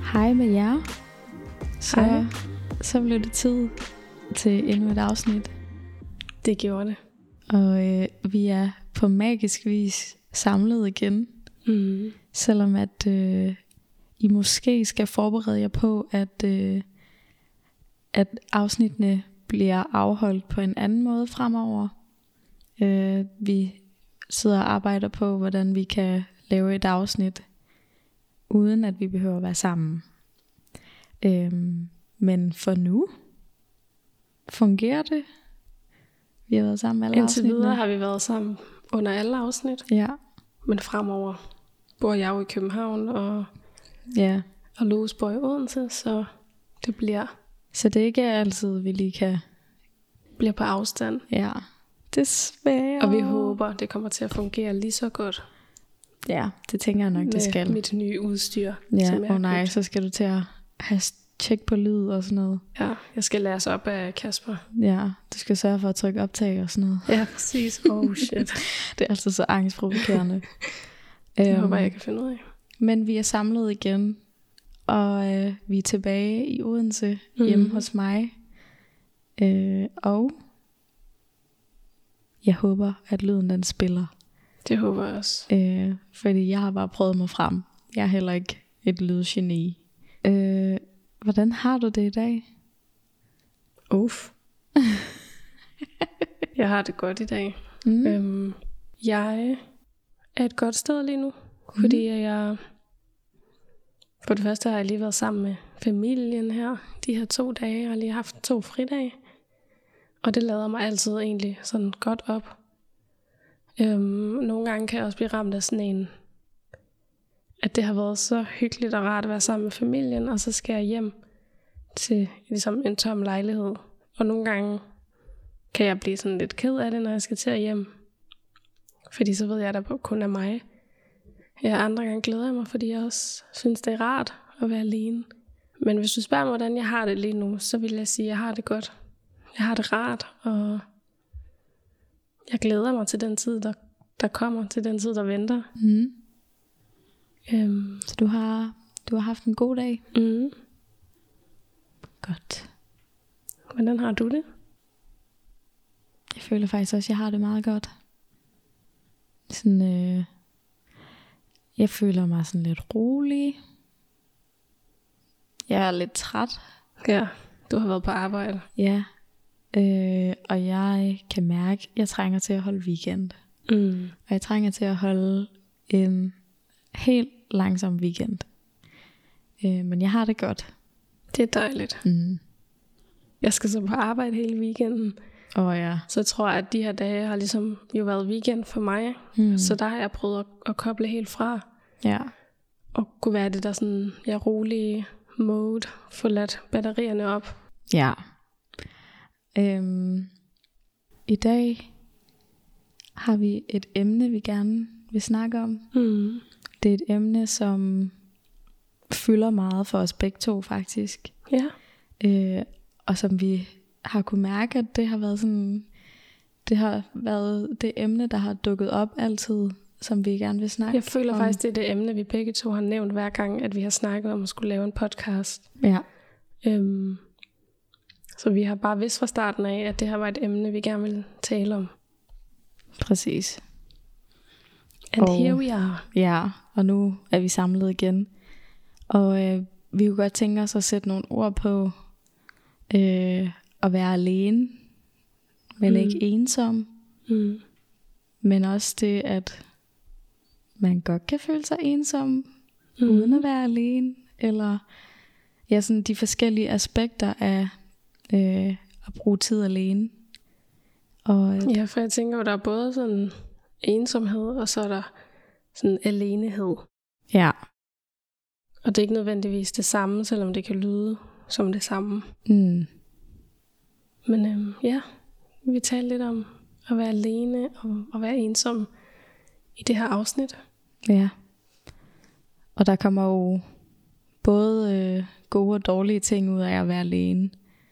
Hej med jer. Hej. Så blev det tid til endnu et afsnit. Det gjorde det. Og vi er på magisk vis samlet igen. Selvom at I måske skal forberede jer på, at afsnittene bliver afholdt på en anden måde fremover. Vi sidder og arbejder på, hvordan vi kan lave et afsnit, uden at vi behøver at være sammen. Men for nu fungerer det. Vi har været sammen alle afsnittene. Indtil videre har vi været sammen under alle afsnit. Ja. Men fremover bor jeg jo i København, og Louise bor i Odense, så det bliver... Så det er ikke altid, vi lige bliver på afstand. Ja, desværre. Og vi håber, det kommer til at fungere lige så godt. Ja, det tænker jeg nok, det skal. Med mit nye udstyr. Ja, nej, så skal du til at have tjek på lyd og sådan noget. Ja, jeg skal læres op af Kasper. Ja, du skal sørge for at trykke optag og sådan noget. Ja, præcis. Oh shit. Det er altså så angstprovokerende. Det håber jeg kan finde ud af. Men vi er samlet igen, og vi er tilbage i Odense, hjemme hos mig. Og jeg håber, at lyden den spiller. Det håber jeg også. Fordi jeg har bare prøvet mig frem. Jeg er heller ikke et lydgeni. Hvordan har du det i dag? Jeg har det godt i dag. Jeg er et godt sted lige nu. Fordi jeg... For det første har jeg lige været sammen med familien her de her 2 dage. Jeg har lige haft 2 fridage. Og det lader mig altid egentlig sådan godt op. Nogle gange kan jeg også blive ramt af sådan en, at det har været så hyggeligt og rart at være sammen med familien, og så skal jeg hjem til ligesom en tom lejlighed. Og nogle gange kan jeg blive sådan lidt ked af det, når jeg skal til at hjem. Fordi så ved jeg, at der kun er mig. Andre gange glæder jeg mig, fordi jeg også synes, det er rart at være alene. Men hvis du spørger mig, hvordan jeg har det lige nu, så vil jeg sige, at jeg har det godt. Jeg har det rart, og jeg glæder mig til den tid, der kommer, til den tid, der venter. Så du har haft en god dag? Godt. Hvordan har du det? Jeg føler faktisk også, at jeg har det meget godt. Sådan, jeg føler mig sådan lidt rolig. Jeg er lidt træt. Ja, du har været på arbejde. Ja. Og jeg kan mærke, at jeg trænger til at holde weekend. Og jeg trænger til at holde en helt langsom weekend. Men jeg har det godt. Det er dejligt. Jeg skal så på arbejde hele weekenden. Ja. Så jeg tror, at de her dage har ligesom jo været weekend for mig. Så der har jeg prøvet at koble helt fra. Ja. Og kunne være det der sådan, rolige mode. Få ladt batterierne op. Ja. I dag har vi et emne, vi gerne vil snakke om. Det er et emne, som fylder meget for os begge to faktisk. Ja. Og som vi har kunne mærke, at det har været sådan, det har været det emne, der har dukket op altid, som vi gerne vil snakke om. Jeg føler faktisk, det er det emne, vi begge to har nævnt hver gang, at vi har snakket om at skulle lave en podcast. Ja. Så vi har bare vidst fra starten af, at det her var et emne, vi gerne ville tale om. Præcis. And here we are. Ja, og nu er vi samlet igen. Og vi kunne godt tænke os at sætte nogle ord på at være alene, men ikke ensom. Men også det, at man godt kan føle sig ensom, uden at være alene. Eller sådan de forskellige aspekter af at bruge tid alene. Ja, for jeg tænker, at der er både sådan ensomhed, og så er der sådan alenehed. Ja. Og det er ikke nødvendigvis det samme, selvom det kan lyde som det samme. Men vi taler lidt om at være alene og at være ensom i det her afsnit. Ja. Og der kommer jo både gode og dårlige ting ud af at være alene.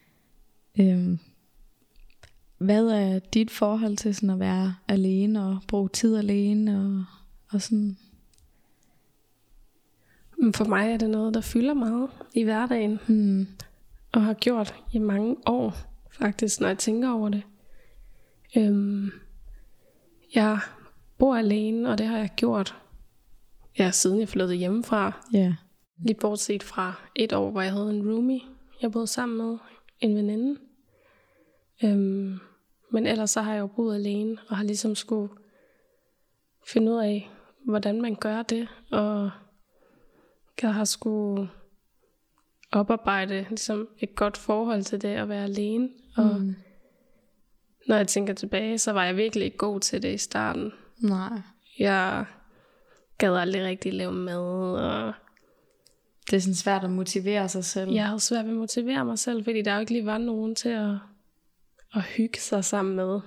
Hvad er dit forhold til sådan at være alene og bruge tid alene og sådan? Men for mig er det noget, der fylder meget i hverdagen. Og har gjort i mange år, faktisk, når jeg tænker over det. Jeg bor alene, og det har jeg gjort, siden jeg flyttede hjemmefra. Ja. Lige bortset fra 1 år, hvor jeg havde en roomie. Jeg boede sammen med en veninde. Men ellers så har jeg jo boet alene, og har ligesom skulle finde ud af, hvordan man gør det. Og jeg har skulle oparbejde ligesom et godt forhold til det at være alene. Og når jeg tænker tilbage, så var jeg virkelig ikke god til det i starten. Nej. Jeg gad aldrig rigtig lave mad, og det er sådan svært at motivere sig selv. Jeg havde svært ved at motivere mig selv, fordi der jo ikke lige var nogen til at hygge sig sammen med.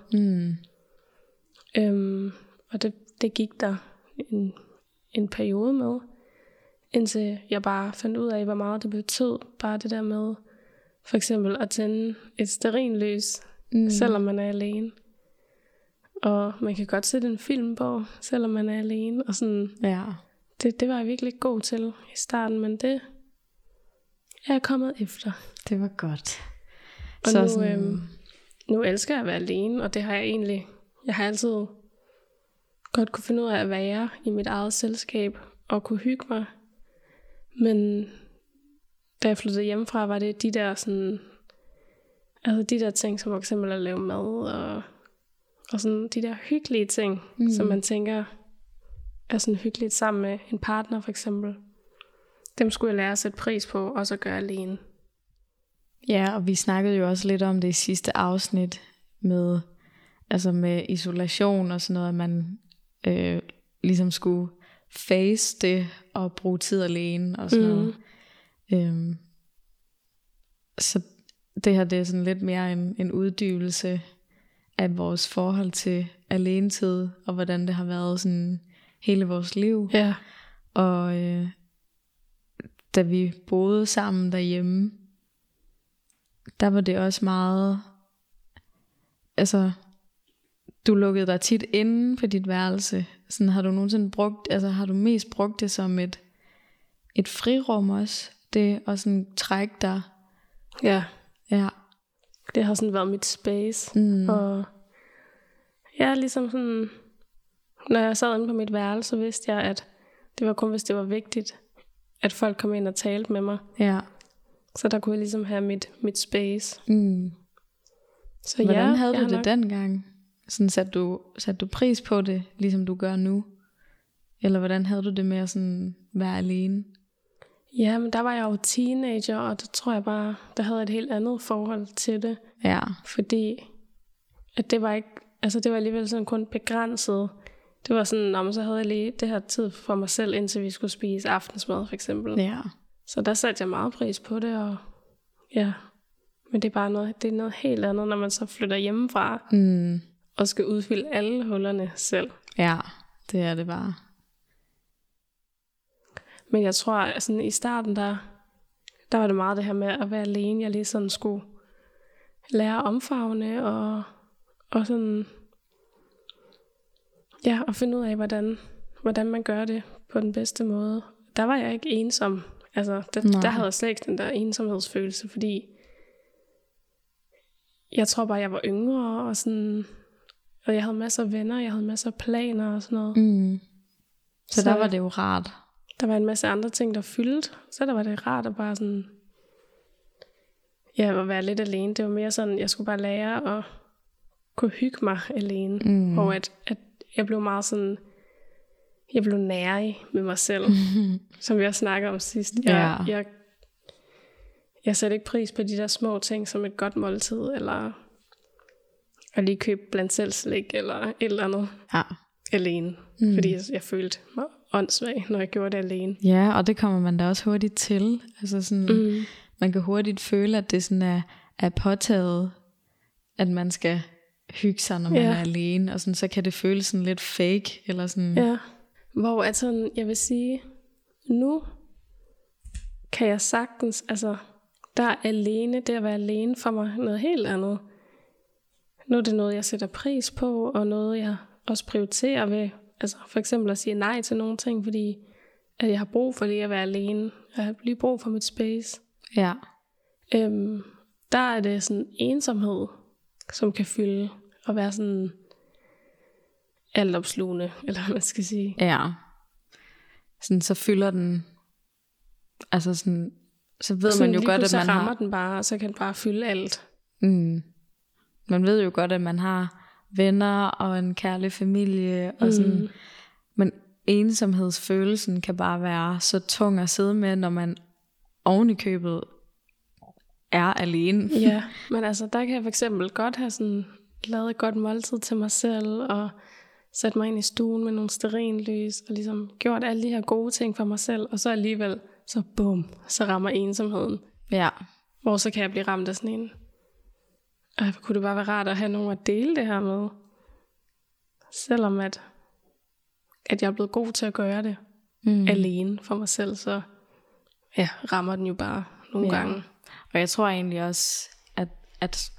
Og det gik der en periode med, indtil jeg bare fandt ud af, hvor meget det betød. Bare det der med, for eksempel at tænde et stearinlys, selvom man er alene. Og man kan godt sætte en film på, selvom man er alene. Og sådan, det var jeg virkelig ikke god til i starten, men det er jeg kommet efter. Det var godt. Og så nu elsker jeg at være alene, og det har jeg har altid godt kunne finde ud af at være i mit eget selskab og kunne hygge mig. Men da jeg flyttede hjemmefra, var det de der sådan, altså de der ting, som for eksempel at lave mad og sådan de der hyggelige ting, som man tænker er sådan hyggeligt sammen med en partner for eksempel. Dem skulle jeg lære at sætte pris på, og så gøre alene. Ja, og vi snakkede jo også lidt om det i sidste afsnit med isolation og sådan noget, at man ligesom skulle face det og bruge tid alene og sådan noget. Så det her, det er sådan lidt mere en uddybelse af vores forhold til alenetid, og hvordan det har været sådan hele vores liv. Ja. Og da vi boede sammen derhjemme, der var det også meget, du lukkede dig tit inde på dit værelse. Sådan, har du nogensinde har du mest brugt det som et frirum også? Det at sådan trække dig? Ja. Ja. Det har sådan været mit space. Og jeg ligesom sådan, når jeg sad inde på mit værelse, så vidste jeg, at det var kun, hvis det var vigtigt, at folk kom ind og talte med mig. Ja. Så der kunne jeg ligesom have mit space. Så hvordan havde du det dengang? Sådan satte du pris på det, ligesom du gør nu? Eller hvordan havde du det med at sådan være alene? Ja, men der var jeg jo teenager, og der tror jeg bare, der havde et helt andet forhold til det. Ja. Fordi at det var ikke, det var alligevel sådan kun begrænset. Det var sådan, så havde jeg lige det her tid for mig selv, indtil vi skulle spise aftensmad for eksempel. Ja. Så der satte jeg meget pris på det, og ja. Men det er bare noget helt andet, når man så flytter hjemmefra, og skal udfylde alle hullerne selv. Ja, det er det bare. Men jeg tror, sådan i starten, der var det meget det her med at være alene. Jeg lige sådan skulle lære at omfavne, og sådan, ja, og finde ud af, hvordan man gør det på den bedste måde. Der var jeg ikke ensom. Der havde jeg slet ikke den der ensomhedsfølelse, fordi jeg tror bare, jeg var yngre, og sådan, og jeg havde masser af venner, jeg havde masser af planer og sådan noget. Så der var det jo rart. Der var en masse andre ting, der fyldte, så der var det rart at bare sådan, at være lidt alene. Det var mere sådan, jeg skulle bare lære at kunne hygge mig alene, og at jeg blev meget sådan, jeg blev nærig med mig selv, som vi også snakkede om sidst. Jeg satte ikke pris på de der små ting, som et godt måltid, eller at lige købe blandt selv slik, eller et eller andet alene. Fordi jeg følte mig åndssvag, når jeg gjorde det alene. Ja, og det kommer man da også hurtigt til. Man kan hurtigt føle, at det sådan er påtaget, at man skal hygge sig, når man er alene. Og sådan, så kan det føles sådan lidt fake. Eller sådan. Ja, hvor sådan, jeg vil sige, nu kan jeg sagtens, der er alene, det at være alene for mig noget helt andet. Nu er det noget, jeg sætter pris på, og noget, jeg også prioriterer ved, for eksempel at sige nej til nogle ting, fordi at jeg har brug for det at være alene. Jeg har lige brug for mit space. Ja. Der er det sådan ensomhed, som kan fylde og være sådan altopslugende, eller hvad man skal sige. Ja. Sådan, så fylder den, altså sådan, så ved sådan, man jo godt, at man rammer har... den bare, og så kan den bare fylde alt. Man ved jo godt, at man har venner og en kærlig familie, og sådan, men ensomhedsfølelsen kan bare være så tung at sidde med, når man oven i købet er alene. Ja, men altså, der kan jeg for eksempel godt have sådan lavet et godt måltid til mig selv, og sat mig ind i stuen med nogle stearinlys, og ligesom gjort alle de her gode ting for mig selv, og så alligevel, så bum, så rammer ensomheden. Ja. Hvor så kan jeg blive ramt af sådan en, kunne det bare være rart at have nogen at dele det her med? Selvom at jeg er blevet god til at gøre det alene for mig selv, så rammer den jo bare nogle gange. Og jeg tror egentlig også, at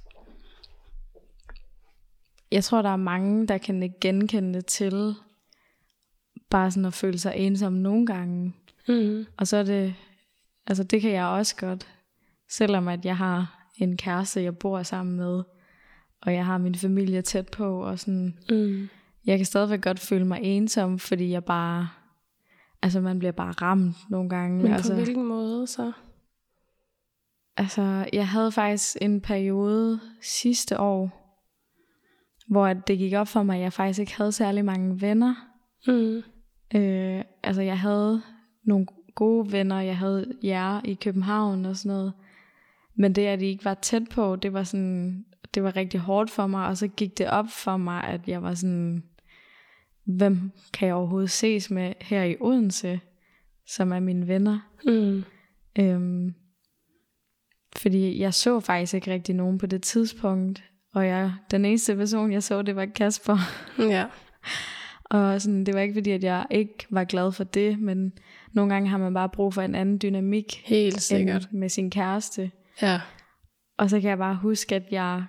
jeg tror, der er mange, der kan ikke genkende det til bare sådan at føle sig ensom nogle gange. Og så er det, altså det kan jeg også godt, selvom at jeg har en kæreste, jeg bor sammen med, og jeg har min familie tæt på, og sådan, jeg kan stadigvæk godt føle mig ensom, fordi jeg bare, altså man bliver bare ramt nogle gange. Men altså, på hvilken måde så? Altså, jeg havde faktisk en periode sidste år, hvor det gik op for mig, at jeg faktisk ikke havde særlig mange venner. Altså, jeg havde nogle gode venner, jeg havde jer i København og sådan noget. Men det, at de ikke var tæt på, det var sådan, det var rigtig hårdt for mig. Og så gik det op for mig, at jeg var sådan, hvem kan jeg overhovedet ses med her i Odense, som er mine venner? Fordi jeg så faktisk ikke rigtig nogen på det tidspunkt. Og den eneste person, jeg så, det var Kasper. Ja. Og sådan, det var ikke fordi, at jeg ikke var glad for det, men nogle gange har man bare brug for en anden dynamik. Helt sikkert. Med sin kæreste. Ja. Og så kan jeg bare huske, at jeg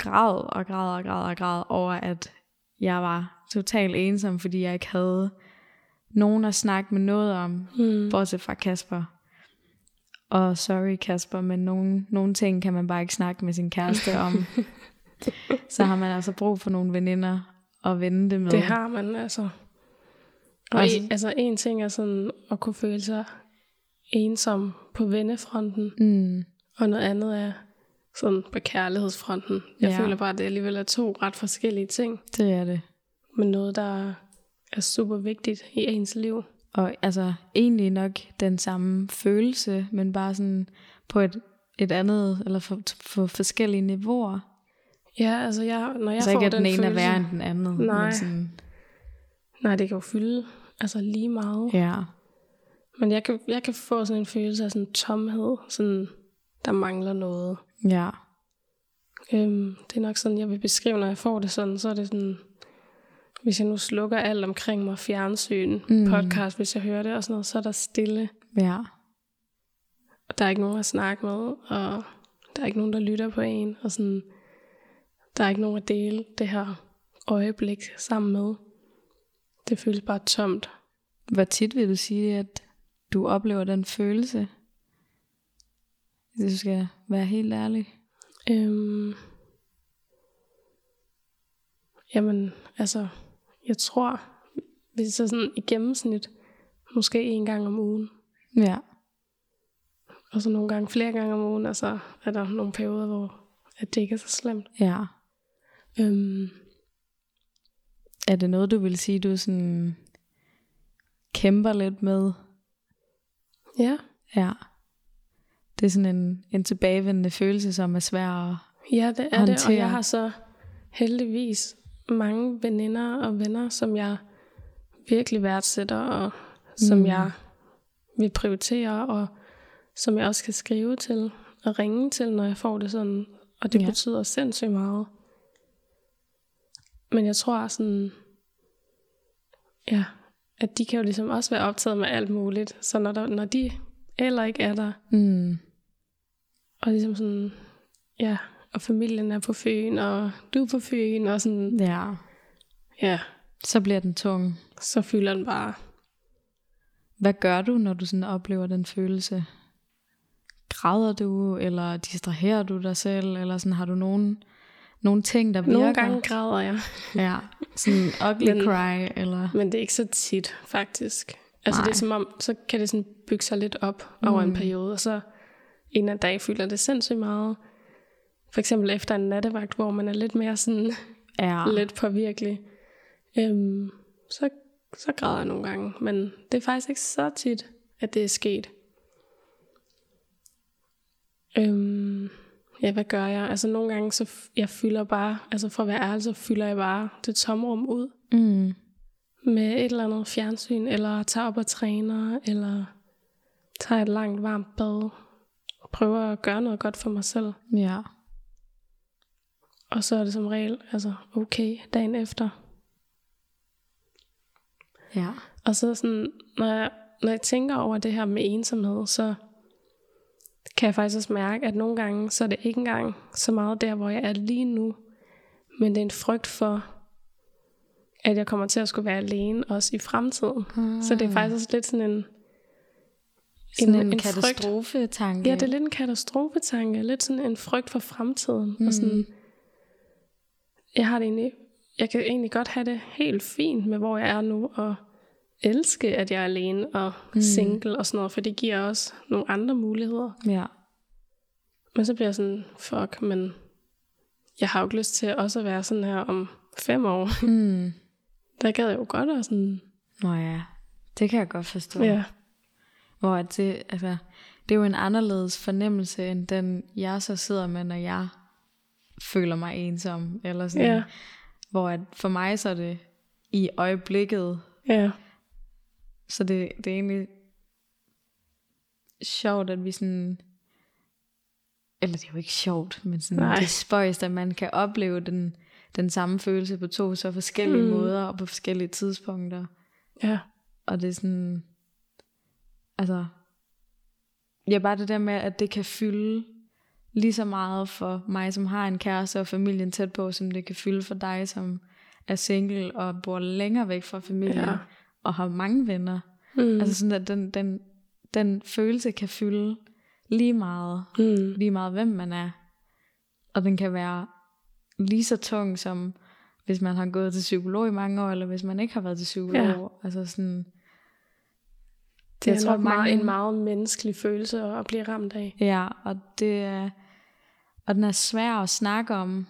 græd over, at jeg var totalt ensom, fordi jeg ikke havde nogen at snakke med noget om, bortset fra Kasper. Og sorry Kasper, men nogle ting kan man bare ikke snakke med sin kæreste om. Så har man altså brug for nogle veninder at vende det med. Det har man altså. Og altså en ting er sådan at kunne føle sig ensom på vennefronten. Og noget andet er sådan på kærlighedsfronten. Jeg føler bare, at det alligevel er 2 ret forskellige ting. Det er det. Men noget, der er super vigtigt i ens liv. Og altså egentlig nok den samme følelse, men bare sådan på et andet, eller for forskellige niveauer. Ja, altså når jeg så får ikke, at den den ene følelse, er værre end den anden. Nej. Men sådan, nej, det kan jo fylde altså lige meget. Ja. Men jeg kan få sådan en følelse af sådan tomhed, sådan der mangler noget. Ja. Det er nok sådan, jeg vil beskrive, når jeg får det sådan, så er det sådan, hvis jeg nu slukker alt omkring mig, fjernsyn, podcast, hvis jeg hører det og sådan noget, så er der stille. Ja. Og der er ikke nogen at snakke med, og der er ikke nogen, der lytter på en, og sådan, der er ikke nogen at dele det her øjeblik sammen med. Det føles bare tomt. Hvor tit vil du sige, at du oplever den følelse? Hvis du skal være helt ærlig. Jamen, altså, jeg tror, hvis det er sådan i gennemsnit, måske 1 gang om ugen. Ja. Og så nogle gange flere gange om ugen, og så er der nogle perioder, hvor at det ikke er så slemt. Ja. Er det noget, du vil sige, du sådan kæmper lidt med? Ja. Ja. Det er sådan en tilbagevendende følelse, som er svær at Ja, det er håndtere. det, og jeg har så heldigvis mange veninder og venner, som jeg virkelig værdsætter, og som jeg vil prioritere, og som jeg også kan skrive til og ringe til, når jeg får det sådan. Og det betyder sindssygt meget. Men jeg tror sådan, at de kan jo ligesom også være optaget med alt muligt. Så når de eller ikke er der, og ligesom sådan, og familien er på Fyn, og du er på Fyn, og sådan, så bliver den tung. Så fylder den bare. Hvad gør du, når du sådan oplever den følelse? Græder du, eller distraherer du dig selv, eller sådan, har du nogle ting, der virker? Nogle gange græder jeg. Ja, sådan ugly cry, eller... Men det er ikke så tit, faktisk. Altså det er som om, så kan det sådan bygge sig lidt op over en periode, og så en af dag føler det sindssygt meget. For eksempel efter en nattevagt, hvor man er lidt mere sådan, lidt påvirkelig. Så græder jeg nogle gange, men det er faktisk ikke så tit, at det er sket. Ja, hvad gør jeg? Altså nogle gange, så jeg fylder bare, altså for at være ærlig, så fylder jeg bare det tomrum ud. Med et eller andet fjernsyn, eller tager op og træner, eller tager et langt varmt bad. Prøver at gøre noget godt for mig selv. Ja. Og så er det som regel, altså okay, dagen efter. Ja. Og så sådan, når jeg tænker over det her med ensomhed, så kan jeg faktisk også mærke, at nogle gange, så er det ikke engang så meget der, hvor jeg er lige nu. Men det er en frygt for, at jeg kommer til at skulle være alene også i fremtiden. Så det er faktisk også lidt sådan en katastrofetanke. Ja, det er lidt en katastrofetanke. Lidt sådan en frygt for fremtiden. Og sådan, jeg kan egentlig godt have det helt fint med, hvor jeg er nu, og elske, at jeg er alene og single og sådan noget, for det giver også nogle andre muligheder. Ja. Men så bliver jeg sådan, fuck, men jeg har jo ikke lyst til også at være sådan her om 5 år. Der gad jeg jo godt og sådan. Nå ja, det kan jeg godt forstå. Ja. Hvor det er jo en anderledes fornemmelse, end den jeg så sidder med, når jeg føler mig ensom. Eller sådan. Ja. Hvor at for mig så er det i øjeblikket. Ja. Så det er egentlig sjovt, at vi sådan... Eller det er jo ikke sjovt, men sådan, det er spøjst, at man kan opleve den samme følelse på 2 så forskellige måder og på forskellige tidspunkter. Ja. Og det er sådan... Altså... Ja, bare det der med, at det kan fylde lige så meget for mig, som har en kæreste og familien tæt på, som det kan fylde for dig, som er single og bor længere væk fra familien og har mange venner. Altså sådan, at den følelse kan fylde lige meget, lige meget hvem man er. Og den kan være lige så tung, som hvis man har gået til psykolog i mange år, eller hvis man ikke har været til psykolog. Altså sådan... Det er nok en meget menneskelig følelse at blive ramt af. Ja, og den er svær at snakke om,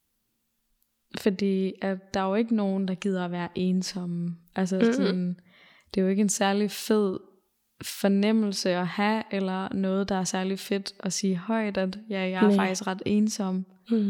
fordi at der er jo ikke nogen, der gider at være ensomme. Altså sådan, det er jo ikke en særlig fed fornemmelse at have, eller noget, der er særlig fedt at sige højt, at jeg er faktisk ret ensom.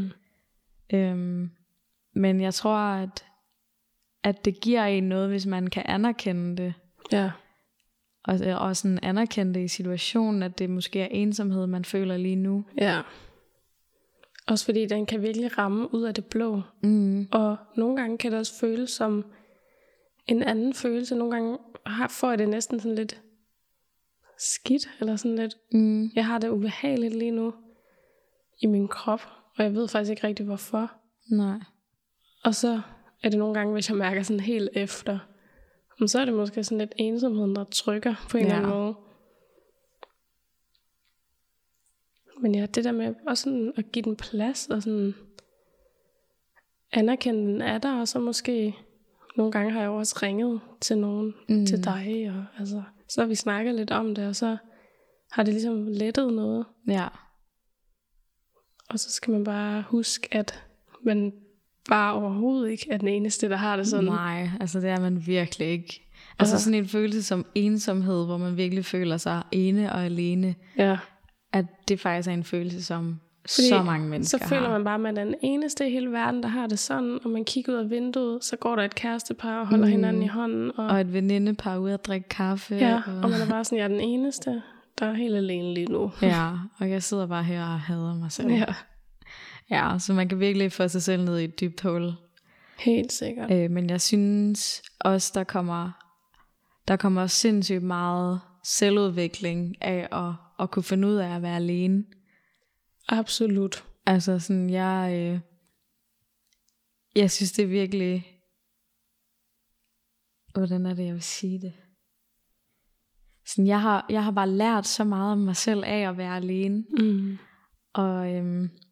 Men jeg tror, at det giver en noget, hvis man kan anerkende det. Ja. Og sådan anerkende det i situationen, at det måske er ensomhed, man føler lige nu. Ja. Også fordi den kan virkelig ramme ud af det blå. Og nogle gange kan det også føles som en anden følelse. Nogle gange får jeg det næsten sådan lidt skidt, eller sådan lidt. Jeg har det ubehageligt lige nu i min krop, og jeg ved faktisk ikke rigtig hvorfor. Nej. Og så er det nogle gange, hvis jeg mærker sådan helt efter, men så er det måske sådan lidt ensomheden, der trykker på en eller anden måde. Men ja, det der med også sådan at give den plads, og sådan anerkende den er der, og så måske nogle gange har jeg også ringet til nogen, til dig, og altså, så har vi snakket lidt om det, og så har det ligesom lettet noget. Ja. Og så skal man bare huske, at man bare overhovedet ikke er den eneste, der har det sådan. Nej, altså det er man virkelig ikke. Altså sådan en følelse som ensomhed, hvor man virkelig føler sig ene og alene. Ja. At det faktisk er en følelse, som så mange mennesker har. Så føler man bare, at man er den eneste i hele verden, der har det sådan. Og man kigger ud af vinduet, så går der et kærestepar og holder hinanden i hånden. Og et venindepar ude at drikke kaffe. Ja, og man er bare sådan, jeg er den eneste, der er helt alene lige nu. Ja, og jeg sidder bare her og hader mig selv. Ja. Ja, så man kan virkelig få sig selv ned i et dybt hul. Helt sikkert. Men jeg synes også, der kommer sindssygt meget selvudvikling af at kunne finde ud af at være alene. Absolut. Altså sådan, jeg synes det er virkelig, hvordan er det, jeg vil sige det? sådan, jeg har bare lært så meget om mig selv af at være alene. Og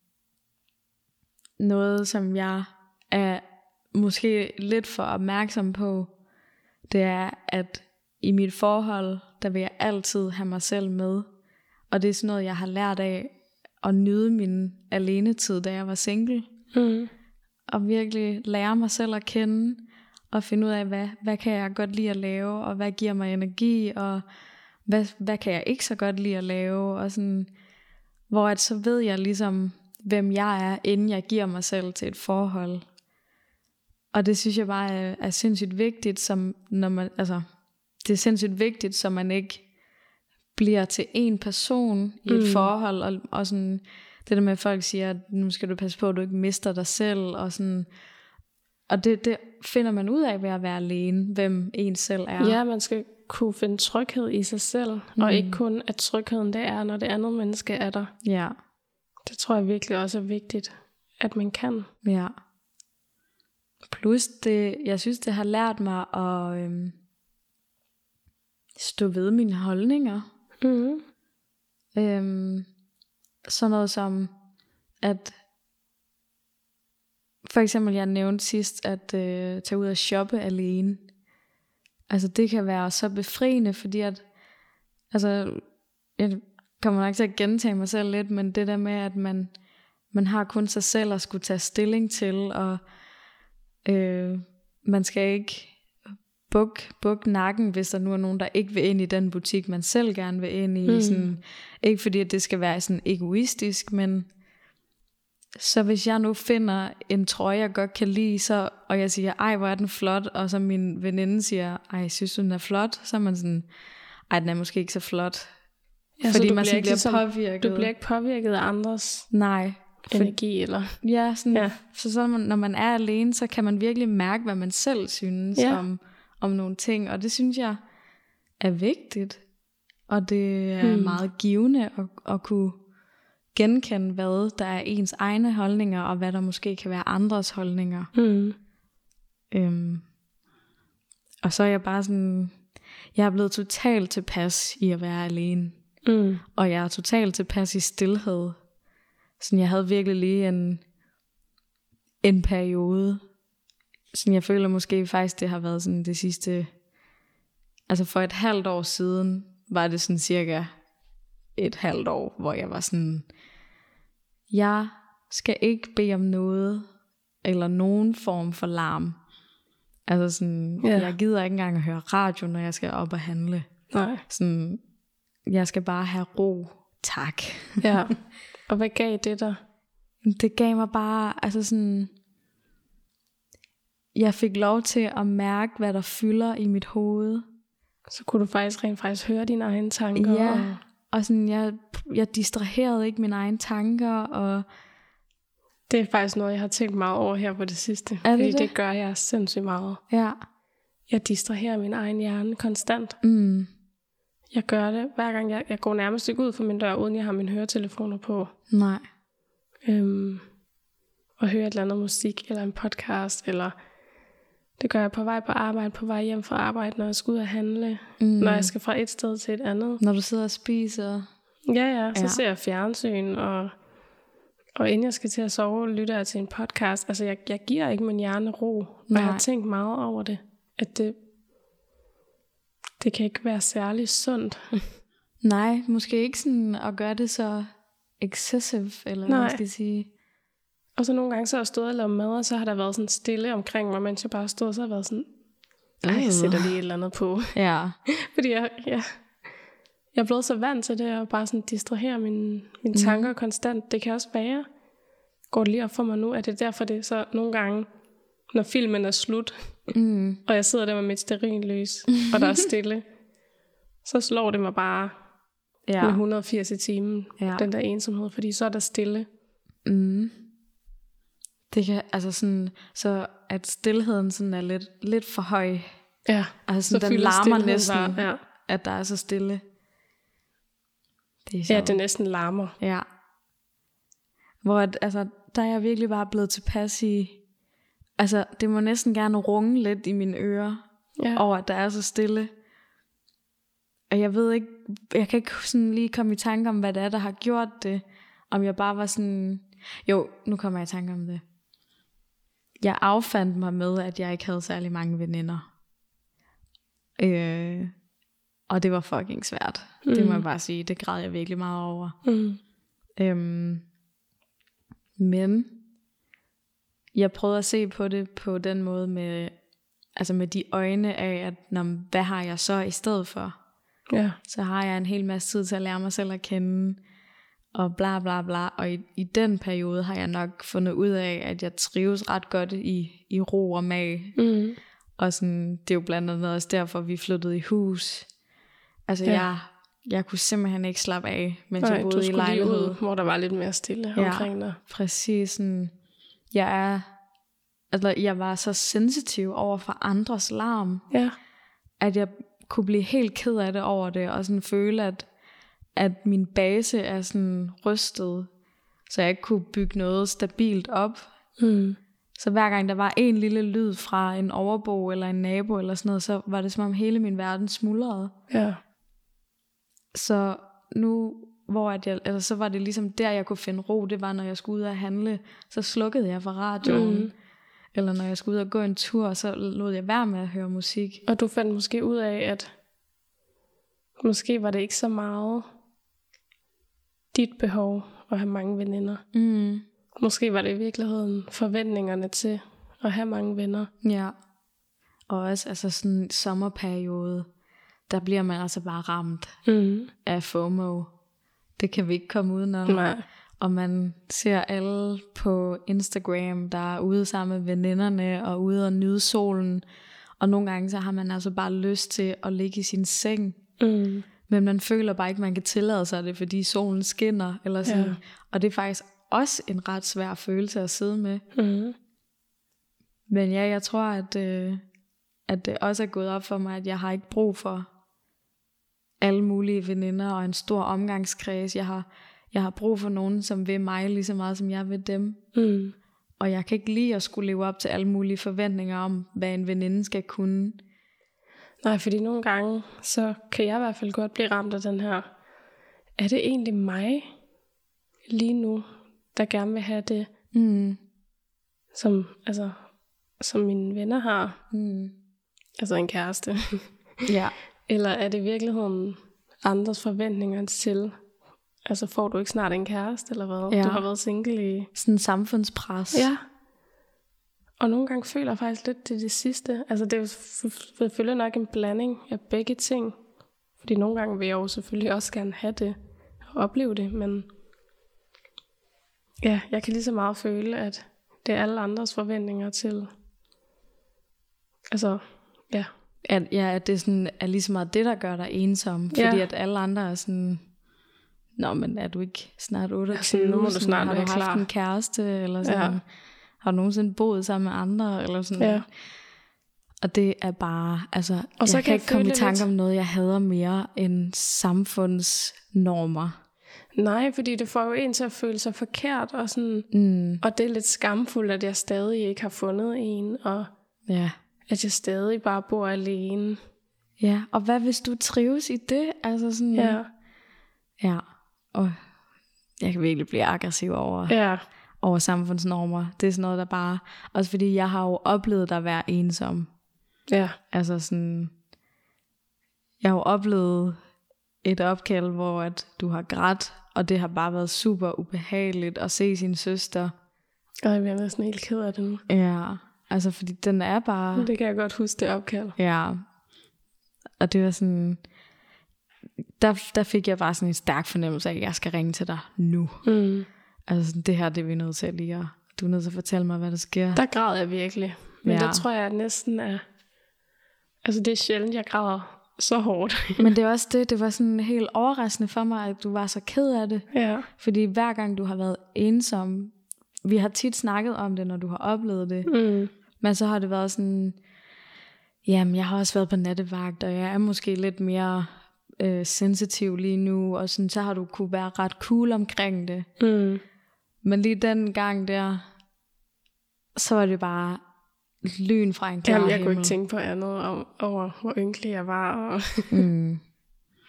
noget, som jeg er måske lidt for opmærksom på, det er, at i mit forhold, der vil jeg altid have mig selv med. Og det er sådan noget, jeg har lært af at nyde min alenetid, da jeg var single. Og virkelig lære mig selv at kende, og finde ud af, hvad kan jeg godt lide at lave, og hvad giver mig energi, og hvad kan jeg ikke så godt lide at lave, og sådan, hvor at så ved jeg ligesom, hvem jeg er, inden jeg giver mig selv til et forhold. Og det synes jeg bare er sindssygt vigtigt, som når man, altså, det er sindssygt vigtigt, så man ikke bliver til en person i et forhold, og sådan, det der med, at folk siger, at nu skal du passe på, at du ikke mister dig selv, og sådan, og det finder man ud af ved at være alene, hvem en selv er. Ja, man skal kunne finde tryghed i sig selv, og ikke kun, at trygheden det er, når det andet menneske er der. Ja. Det tror jeg virkelig også er vigtigt, at man kan. Ja. Plus jeg synes, det har lært mig at stå ved mine holdninger. Sådan noget som, at for eksempel jeg nævnte sidst, at tage ud og shoppe alene. Altså det kan være så befriende, fordi at, altså jeg kommer nok til at gentage mig selv lidt, men det der med, at man har kun sig selv at skulle tage stilling til, og man skal ikke bukke nakken, hvis der nu er nogen, der ikke vil ind i den butik, man selv gerne vil ind i. Sådan, ikke fordi, at det skal være sådan egoistisk, men så hvis jeg nu finder en trøje, jeg godt kan lide, og jeg siger, ej, hvor er den flot, og så min veninde siger, ej, synes du, den er flot? Så er man sådan, ej, den er måske ikke så flot. Ja, fordi så man bliver påvirket. Du bliver ikke påvirket af andres energi, eller? Ja, sådan, så når man er alene, så kan man virkelig mærke, hvad man selv synes om nogle ting, og det synes jeg er vigtigt, og det er meget givende at kunne genkende, hvad der er ens egne holdninger, og hvad der måske kan være andres holdninger. Og så er jeg bare sådan, jeg er blevet totalt tilpas i at være alene, og jeg er totalt tilpas i stilhed. Sådan, jeg havde virkelig lige en periode, sådan, jeg føler måske faktisk, det har været sådan det sidste, altså for et halvt år siden, var det sådan cirka et halvt år, hvor jeg var sådan, jeg skal ikke bede om noget, eller nogen form for larm. Altså sådan, jeg gider ikke engang at høre radio, når jeg skal op og handle. Nej. Sådan, jeg skal bare have ro, tak. Ja. Og hvad gav det dig? Det gav mig bare, altså sådan, jeg fik lov til at mærke, hvad der fylder i mit hoved. Så kunne du rent faktisk høre dine egne tanker. Ja, og sådan, jeg distraherede ikke mine egne tanker, og det er faktisk noget, jeg har tænkt meget over her på det sidste. Fordi det gør jeg sindssygt meget. Ja. Jeg distraherer min egen hjerne konstant. Jeg gør det, hver gang jeg går nærmest ikke ud for min dør, uden jeg har mine høretelefoner på. Nej. Og hører et eller andet musik, eller en podcast, eller det gør jeg på vej på arbejde, på vej hjem fra arbejde, når jeg skal ud og handle, når jeg skal fra et sted til et andet. Når du sidder og spiser. Ja, så ser jeg fjernsyn, og inden jeg skal til at sove, lytter jeg til en podcast. Altså jeg giver ikke min hjerne ro, og jeg har tænkt meget over det, at det kan ikke være særlig sundt. Nej, måske ikke sådan at gøre det så excessive, eller hvad man skal sige. Og så nogle gange så har jeg stået og lavet mad, og så har der været sådan stille omkring mig, mens jeg bare stod, så har jeg været sådan, jeg sætter lige et eller andet på. Ja. Fordi jeg er blevet så vant til det, og bare sådan distrahere mine tanker konstant. Det kan også være, går det lige op for mig nu, at det er derfor det så nogle gange, når filmen er slut, og jeg sidder der med mit stearinlys, og der er stille, så slår det mig bare med 180 i timen, den der ensomhed, fordi så er der stille. Det kan, altså sådan, så at stilheden sådan er lidt for høj. Ja, altså sådan, den larmer næsten, at der er så stille. Det er det næsten larmer. Ja. Hvor altså, der er jeg virkelig bare blevet tilpas i, altså det må næsten gerne runge lidt i mine ører, over at der er så stille. Og jeg ved ikke, jeg kan ikke sådan lige komme i tanke om, hvad det er, der har gjort det. Om jeg bare var sådan, jo, nu kommer jeg i tanke om det. Jeg affandt mig med, at jeg ikke havde særlig mange veninder. Og det var fucking svært. Det må jeg bare sige. Det græd jeg virkelig meget over. Men jeg prøvede at se på det på den måde med, altså med de øjne af, at hvad har jeg så i stedet for? Ja. Så har jeg en hel masse tid til at lære mig selv at kende, og bla bla bla. Og i den periode har jeg nok fundet ud af, at jeg trives ret godt i ro og mag. Og sådan, det er jo blandt andet også derfor, vi flyttede i hus. Altså jeg kunne simpelthen ikke slappe af, mens jeg boede i lejlighed. Ud, hvor der var lidt mere stille omkring dig. Præcis. Sådan, jeg var så sensitiv over for andres larm, at jeg kunne blive helt ked af det over det, og sådan føle, at min base er sådan rystet, så jeg ikke kunne bygge noget stabilt op. Så hver gang der var en lille lyd fra en overbo eller en nabo eller sådan noget, så var det som om hele min verden smuldrede. Ja. Så nu, så var det ligesom der, jeg kunne finde ro, det var, når jeg skulle ud og handle, så slukkede jeg for radioen. Eller når jeg skulle ud og gå en tur, så lod jeg være med at høre musik. Og du fandt måske ud af, at måske var det ikke så meget dit behov at have mange veninder. Måske var det i virkeligheden forventningerne til at have mange venner. Ja. Og også altså sådan en sommerperiode, der bliver man altså bare ramt af FOMO. Det kan vi ikke komme udenom. Nej. Og man ser alle på Instagram, der er ude sammen med veninderne og ude og nyde solen. Og nogle gange så har man altså bare lyst til at ligge i sin seng. Men man føler bare ikke, man kan tillade sig det, fordi solen skinner. Eller sådan. Ja. Og det er faktisk også en ret svær følelse at sidde med. Men ja, jeg tror, at det også er gået op for mig, at jeg har ikke brug for alle mulige veninder og en stor omgangskreds. Jeg har brug for nogen, som vil mig lige så meget, som jeg vil dem. Og jeg kan ikke lide at skulle leve op til alle mulige forventninger om, hvad en veninde skal kunne. Nej, fordi nogle gange, så kan jeg i hvert fald godt blive ramt af den her. Er det egentlig mig lige nu, der gerne vil have det, som mine venner har? Altså en kæreste. Ja. Eller er det i virkeligheden andres forventninger til? Altså får du ikke snart en kæreste, eller hvad? Ja. Du har været single i... Sådan en samfundspres. Ja. Og nogle gange føler jeg faktisk lidt det sidste. Altså det er jo selvfølgelig nok en blanding af begge ting. Fordi nogle gange vil jeg jo selvfølgelig også gerne have det og opleve det. Men ja, jeg kan lige så meget føle, at det er alle andres forventninger til... Altså, ja. At det sådan er lige så meget det, der gør dig ensom. Fordi at alle andre er sådan... Nå, men er du ikke snart 28? Ja, nu må du snart har du haft klar. En kæreste? Eller sådan, ja. Har du nogensinde boet sammen med andre? Eller sådan. Ja. Og det er bare... Altså, og så jeg kan ikke komme i tanke om noget, jeg hader mere end samfundsnormer. Nej, fordi det får jo en til at føle sig forkert. Og, sådan, og det er lidt skamfuldt, at jeg stadig ikke har fundet en. Og at jeg stadig bare bor alene. Ja, og hvad hvis du trives i det? Altså sådan... Ja, og jeg kan virkelig blive aggressiv over samfundsnormer. Det er sådan noget, der bare... Også fordi jeg har jo oplevet dig at være ensom. Ja. Altså sådan... Jeg har jo oplevet et opkald, hvor at du har grædt, og det har bare været super ubehageligt at se sin søster. Og jeg bliver næsten helt ked af det nu. Ja, altså fordi den er bare... Det kan jeg godt huske, det opkald. Ja, og det var sådan... Der fik jeg bare sådan en stærk fornemmelse af, at jeg skal ringe til dig nu. Altså det her, det er vi nødt til lige at... Du er nødt til at fortælle mig, hvad der sker. Der græd jeg virkelig. Men der tror jeg at næsten er... Altså det er sjældent, jeg græder så hårdt. Men det er også det var sådan helt overraskende for mig, at du var så ked af det. Ja. Fordi hver gang du har været ensom... Vi har tit snakket om det, når du har oplevet det. Men så har det været sådan... Jamen, jeg har også været på nattevagt, og jeg er måske lidt mere... sensitiv lige nu, og sådan, så har du kunne være ret cool omkring det. Men lige den gang der, så var det bare lyn fra en klar himmel. Jeg kunne ikke tænke på andet over, hvor ynkelig jeg var. Og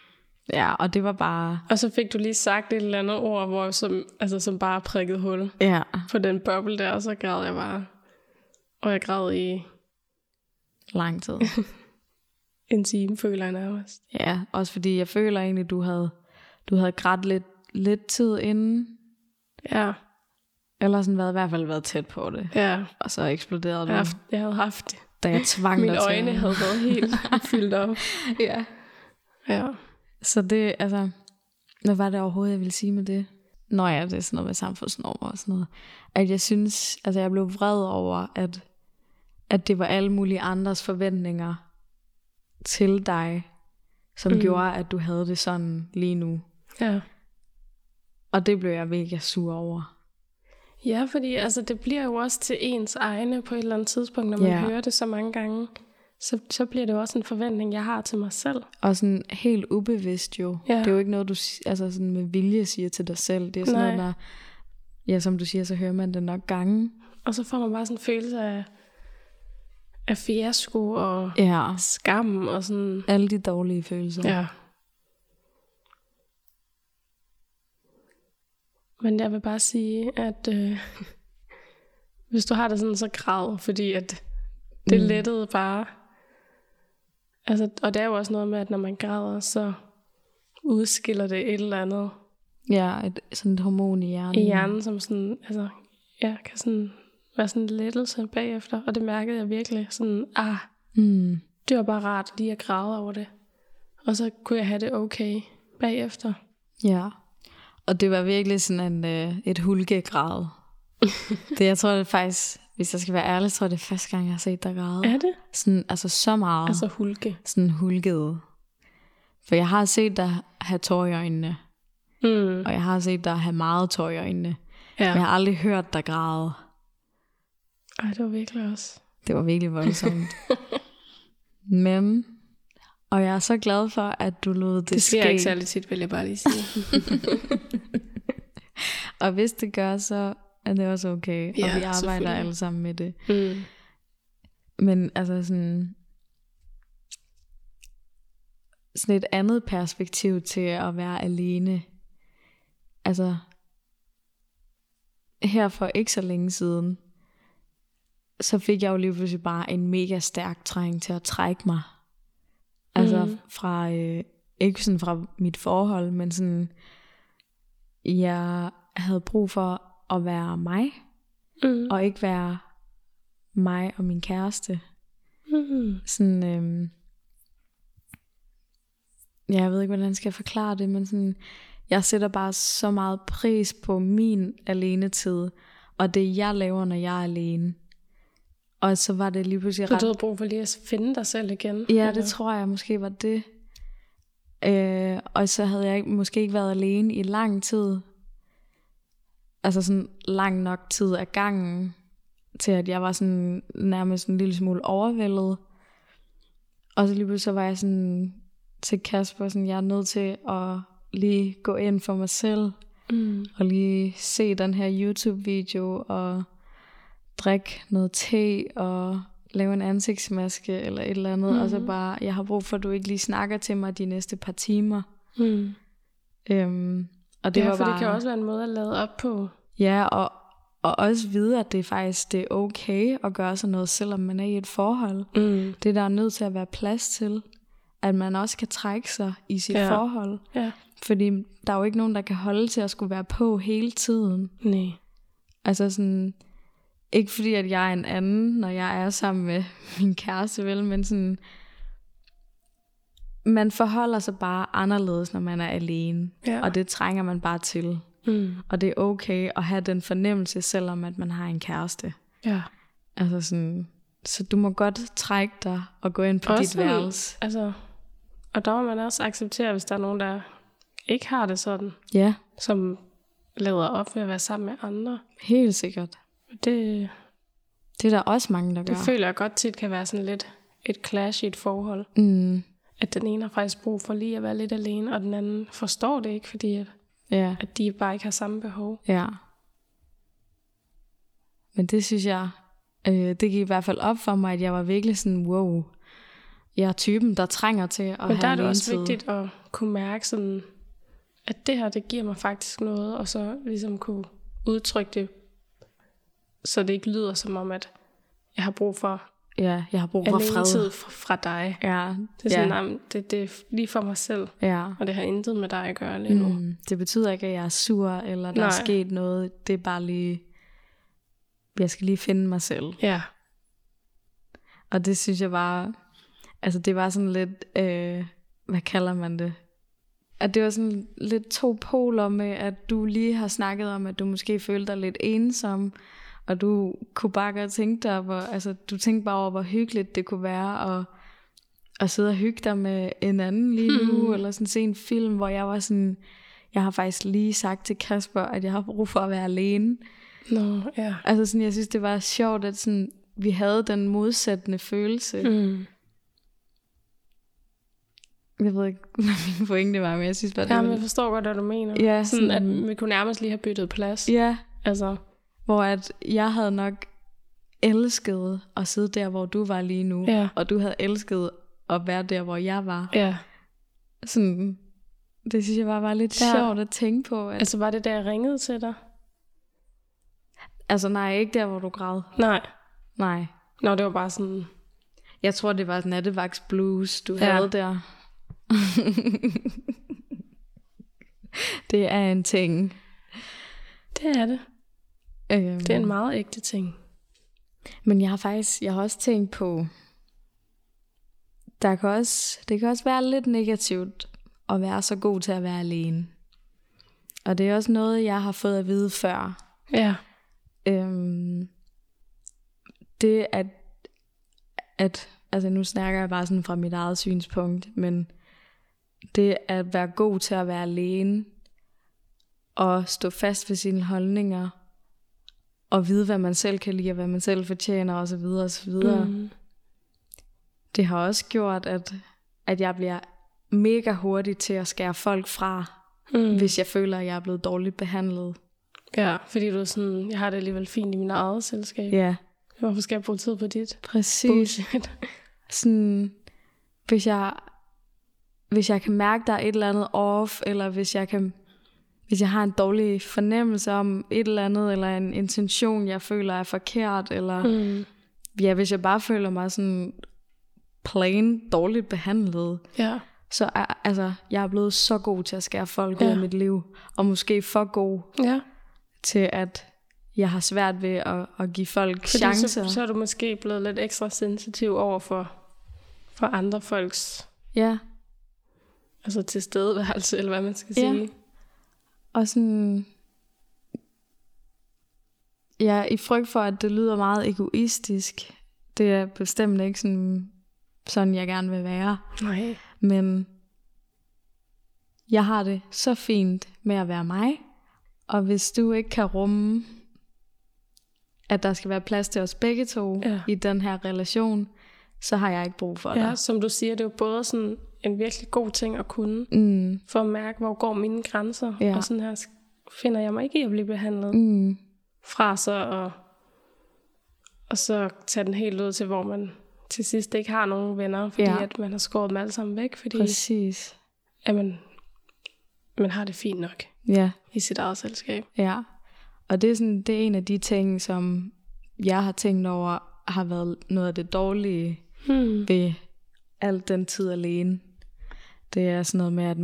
Ja, og det var bare... Og så fik du lige sagt et eller andet ord, hvor som bare prikkede hul Ja. på den boble der, og så græd jeg bare. Og jeg græd i... lang tid. En time, føler jeg nærmest. Ja, også fordi jeg føler egentlig, du havde grædt lidt tid inden. Ja. Eller sådan i hvert fald været tæt på det. Ja. Og så eksploderede du. Jeg havde haft det. Da jeg tvang dig til. Mine øjne havde været helt fyldt op. Ja. Ja. Så det, altså... Hvad var det overhovedet, jeg ville sige med det? Nå ja, det er sådan noget med samfundsnormer og sådan noget. At jeg synes, altså jeg blev vred over, at det var alle mulige andres forventninger til dig, som gjorde, at du havde det sådan lige nu. Ja. Og det blev jeg mega sur over. Ja, fordi altså, det bliver jo også til ens egne på et eller andet tidspunkt, når man hører det så mange gange. Så bliver det jo også en forventning, jeg har til mig selv. Og sådan helt ubevidst jo. Ja. Det er jo ikke noget, du altså sådan med vilje siger til dig selv. Det er sådan noget, der, ja, som du siger, så hører man det nok gange. Og så får man bare sådan en følelse af fiasko og skam og sådan. Alle de dårlige følelser. Ja. Men jeg vil bare sige, at hvis du har det sådan, så græd, fordi at det lettede bare. Altså, og det er jo også noget med, at når man græder, så udskiller det et eller andet. Ja, sådan et hormon i hjernen. I hjernen, som sådan, altså, ja, kan sådan være sådan en lettelse bagefter. Og det mærkede jeg virkelig. Sådan, det var bare rart lige at græde over det. Og så kunne jeg have det okay bagefter. Ja, og det var virkelig sådan et hulkegræd. Jeg tror det faktisk, hvis jeg skal være ærlig, tror jeg det er første gang, jeg har set dig græde. Er det? Sådan, altså så meget. Altså hulke. Sådan hulket. For jeg har set dig have tår i øjnene. Og jeg har set dig have meget tår i øjnene. Ja. Men jeg har aldrig hørt dig græde. Ej, det var virkelig også. Det var virkelig voldsomt. Men, og jeg er så glad for, at du lod det ske. Det sker ikke særlig tit, vil jeg bare lige sige. Og hvis det gør, så er det også okay. Ja, og vi arbejder alle sammen med det. Men altså sådan et andet perspektiv til at være alene. Altså her for ikke så længe siden, så fik jeg jo lige pludselig bare en mega stærk træng til at trække mig. Altså fra, ikke sådan fra mit forhold, men sådan, jeg havde brug for at være mig, og ikke være mig og min kæreste. Sådan, jeg ved ikke, hvordan jeg skal forklare det, men sådan, jeg sætter bare så meget pris på min alenetid, og det jeg laver, når jeg er alene. Og så var det lige pludselig så du havde brug for lige at finde dig selv igen? Ja, eller? Det tror jeg måske var det. Og så havde jeg måske ikke været alene i lang tid. Altså sådan lang nok tid af gangen, til at jeg var sådan nærmest en lille smule overvældet. Og så lige pludselig så var jeg sådan til Kasper, sådan, jeg er nødt til at lige gå ind for mig selv, og lige se den her YouTube-video, og drikke noget te, og lave en ansigtsmaske, eller et eller andet, og så bare, jeg har brug for, at du ikke lige snakker til mig de næste par timer. Og det var for bare, det kan også være en måde at lade op på. Ja, og også vide, at det faktisk det er okay at gøre sådan noget, selvom man er i et forhold. Det der er nødt til at være plads til, at man også kan trække sig i sit forhold. Ja. Fordi der er jo ikke nogen, der kan holde til at skulle være på hele tiden. Nej. Altså sådan, ikke fordi at jeg er en anden, når jeg er sammen med min kæreste, vel, men sådan, man forholder sig bare anderledes, når man er alene. Ja. Og det trænger man bare til. Og det er okay at have den fornemmelse, selvom at man har en kæreste. Ja. Altså sådan, så du må godt trække dig og gå ind på også dit værelse. Altså, og der må man også acceptere, hvis der er nogen, der ikke har det sådan. Ja. Som lader op ved at være sammen med andre. Helt sikkert. Det er der også mange, der gør. Det føler jeg godt tit kan være sådan lidt et clash i et forhold. At den ene har faktisk brug for lige at være lidt alene, og den anden forstår det ikke, fordi at de bare ikke har samme behov. Ja. Men det synes jeg, det gik i hvert fald op for mig, at jeg var virkelig sådan, wow, jeg er typen, der trænger til at have. Men der er det også vigtigt at kunne mærke sådan, at det her, det giver mig faktisk noget, og så ligesom kunne udtrykke det, så det ikke lyder som om, at jeg har brug for jeg har brug for fred. Tid fra dig. Ja. Det er sådan, det er lige for mig selv, og det har intet med dig at gøre lige nu. Det betyder ikke, at jeg er sur, eller der er sket noget. Det er bare lige, jeg skal lige finde mig selv. Ja. Og det synes jeg bare, altså det var sådan lidt, hvad kalder man det? At det var sådan lidt to poler med, at du lige har snakket om, at du måske følte dig lidt ensom, og du kunne bare godt tænke dig, du tænkte bare over, hvor hyggeligt det kunne være, at sidde og hygge dig med en anden lige nu, eller sådan se en film, hvor jeg var sådan, jeg har faktisk lige sagt til Kasper, at jeg har brug for at være alene. Altså sådan, jeg synes, det var sjovt, at sådan, vi havde den modsættende følelse. Jeg ved ikke, hvad min pointe var, men jeg synes bare, det men jeg forstår godt, hvad du mener. Ja, sådan, at vi kunne nærmest lige have byttet plads. Ja, altså. Hvor at jeg havde nok elsket at sidde der, hvor du var lige nu, og du havde elsket at være der, hvor jeg var. Ja. Sådan, det synes jeg bare var lidt sjovt at tænke på. At... Altså var det der, jeg ringede til dig? Altså nej, ikke der, hvor du græd. Nej. Nå, det var bare sådan... Jeg tror, det var nattevagts blues, du havde der. Det er en ting. Det er det. Det er en meget ægte ting. Men jeg har også tænkt på, det kan også være lidt negativt at være så god til at være alene. Og det er også noget, jeg har fået at vide før. Ja. Det at altså nu snakker jeg bare sådan fra mit eget synspunkt, men det at være god til at være alene og stå fast ved sine holdninger og vide, hvad man selv kan lide og hvad man selv fortjener og så videre og så videre. Det har også gjort, at jeg bliver mega hurtig til at skære folk fra, hvis jeg føler, at jeg er blevet dårligt behandlet. Ja, fordi du er sådan, jeg har det alligevel fint i min eget selskab. Ja. Hvorfor skal jeg bruge tid på dit? Præcis. Bullshit. Sådan, hvis jeg kan mærke, der er et eller andet off, eller hvis jeg har en dårlig fornemmelse om et eller andet, eller en intention, jeg føler er forkert, eller hvis jeg bare føler mig sådan plain dårligt behandlet, så jeg er blevet så god til at skære folk ud af mit liv, og måske for god til, at jeg har svært ved at give folk chancer. Så er du måske blevet lidt ekstra sensitiv over for andre folks altså tilstedeværelse, eller hvad man skal sige. Og sådan, i frygt for, at det lyder meget egoistisk. Det er bestemt ikke sådan jeg gerne vil være. Nej. Men jeg har det så fint med at være mig. Og hvis du ikke kan rumme, at der skal være plads til os begge to i den her relation, så har jeg ikke brug for dig. Ja, som du siger, det er jo både sådan en virkelig god ting at kunne, for at mærke, hvor går mine grænser, og sådan her finder jeg mig ikke i at blive behandlet. Fra så og så tage den helt ud til, hvor man til sidst ikke har nogen venner, fordi at man har skåret dem alle sammen væk, fordi præcis. At man har det fint nok i sit eget selskab. Ja, og det er en af de ting, som jeg har tænkt over, har været noget af det dårlige ved al den tid alene. Det er sådan noget med, at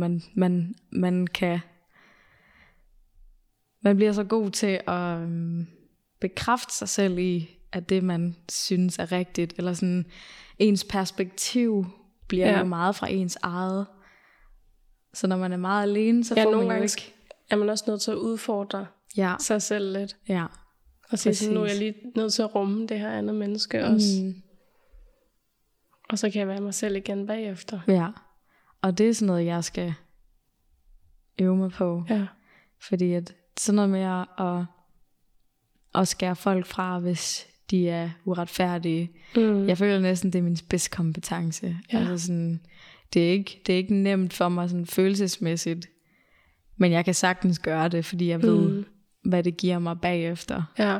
man bliver så god til at bekræfte sig selv i, at det man synes er rigtigt, eller sådan ens perspektiv bliver jo meget fra ens eget. Så når man er meget alene, så får man jo ikke... er man også nødt til at udfordre sig selv lidt. Ja. Og sige sådan, nu er jeg lige nødt til at rumme det her andet menneske også. Og så kan jeg være mig selv igen bagefter. Ja. Og det er sådan noget, jeg skal øve mig på. Ja. Fordi at sådan noget med at skære folk fra, hvis de er uretfærdige. Jeg føler næsten, det er min spidskompetence. Altså sådan, det er ikke nemt for mig sådan følelsesmæssigt. Men jeg kan sagtens gøre det, fordi jeg ved, hvad det giver mig bagefter. Ja.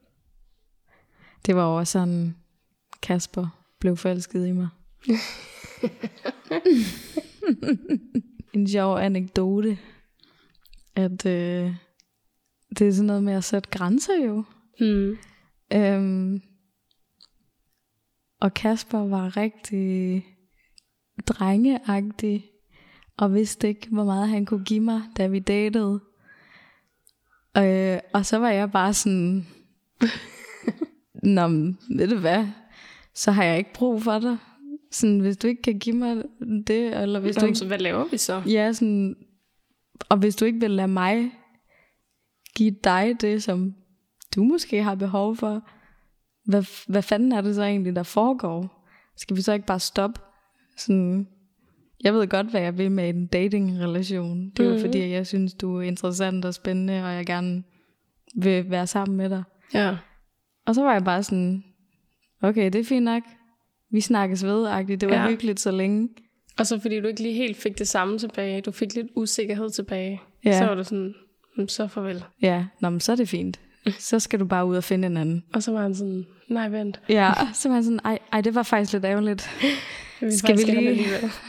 Det var også sådan, Kasper blev forelsket i mig. En sjov anekdote, at det er sådan noget med at sætte grænser jo. Og Kasper var rigtig drengeagtig, og vidste ikke, hvor meget han kunne give mig, da vi datede. Og så var jeg bare sådan, nå, ved du hvad, så har jeg ikke brug for dig. Sådan, hvis du ikke kan give mig det, eller hvis du ikke... Så hvad laver vi så? Ja, sådan, og hvis du ikke vil lade mig give dig det, som du måske har behov for, hvad fanden er det så egentlig, der foregår? Skal vi så ikke bare stoppe? Sådan, jeg ved godt, hvad jeg vil med en datingrelation. Det er jo fordi, jeg synes, du er interessant og spændende, og jeg gerne vil være sammen med dig. Ja. Og så var jeg bare sådan, okay, det er fint nok. Vi snakkes ved-agtigt. Det var hyggeligt så længe. Og så fordi du ikke lige helt fik det samme tilbage. Du fik lidt usikkerhed tilbage. Ja. Så var du sådan, så farvel. Ja, nå, men så er det fint. Så skal du bare ud og finde en anden. Og så var han sådan, nej vent. Ja, så var han sådan, ej, det var faktisk lidt ærgerligt. Skal vi lige...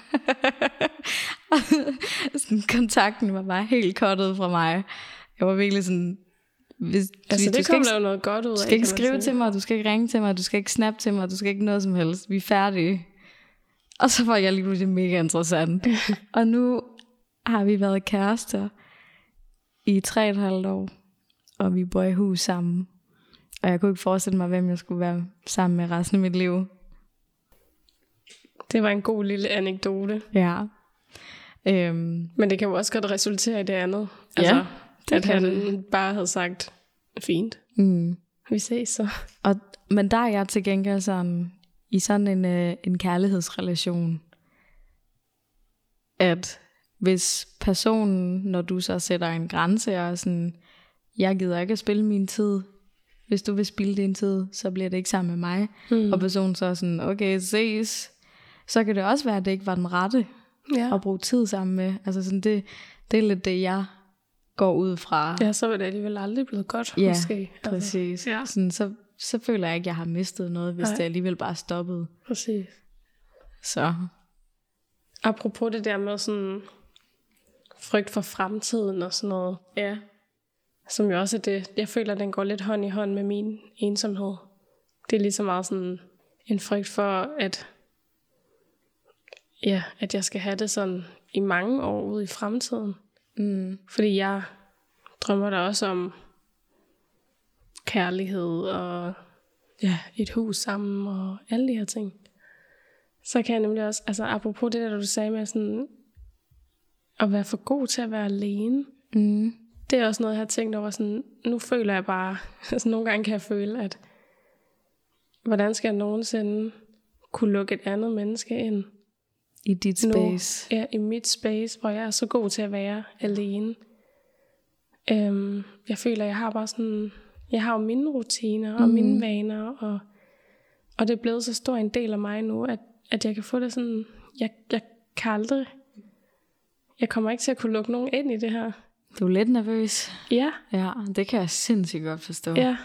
sådan, kontakten var bare helt cuttet fra mig. Jeg var virkelig sådan... det kom der jo noget godt ud af. Du skal ikke skrive til mig, du skal ikke ringe til mig, du skal ikke snappe til mig, du skal ikke noget som helst. Vi er færdige. Og så var jeg lige pludselig mega interessant. Og nu har vi været kærester i 3,5 år. Og vi bor i hus sammen. Og jeg kunne ikke forestille mig, hvem jeg skulle være sammen med resten af mit liv. Det var en god lille anekdote. Ja. Men det kan jo også godt resultere i det andet. Altså, at han bare havde sagt, fint. Vi ses så. Men der er jeg til gengæld sådan, i sådan en kærlighedsrelation, at hvis personen, når du så sætter en grænse, og sådan, jeg gider ikke at spille min tid, hvis du vil spille din tid, så bliver det ikke sammen med mig. Og personen så er sådan, okay, ses. Så kan det også være, at det ikke var den rette at bruge tid sammen med. Altså sådan, det er lidt det, jeg går ud fra. Ja, så var det alligevel aldrig blevet godt, ja, måske. Præcis. Ja. Sådan, så føler jeg ikke, at jeg har mistet noget, hvis det alligevel bare stoppede. Præcis. Så. Apropos det der med sådan frygt for fremtiden og sådan noget. Ja. Som jo også er det, jeg føler, den går lidt hånd i hånd med min ensomhed. Det er lige så meget sådan en frygt for, at jeg skal have det sådan i mange år ude i fremtiden. Fordi jeg drømmer da også om kærlighed og et hus sammen og alle de her ting. Så kan jeg nemlig også, altså apropos det der du sagde med sådan at være for god til at være alene. Det er også noget jeg har tænkt over sådan, nu føler jeg bare, altså nogle gange kan jeg føle, at hvordan skal jeg nogensinde kunne lukke et andet menneske ind i dit space. Ja, i mit space, hvor jeg er så god til at være alene. Jeg føler, jeg har bare sådan, jeg har jo mine rutiner og mine vaner, og det er blevet så stor en del af mig nu, at jeg kan få det sådan, jeg kan aldrig, jeg kommer ikke til at kunne lukke nogen ind i det her. Du er lidt nervøs. Ja. Ja, det kan jeg sindssygt godt forstå. Ja.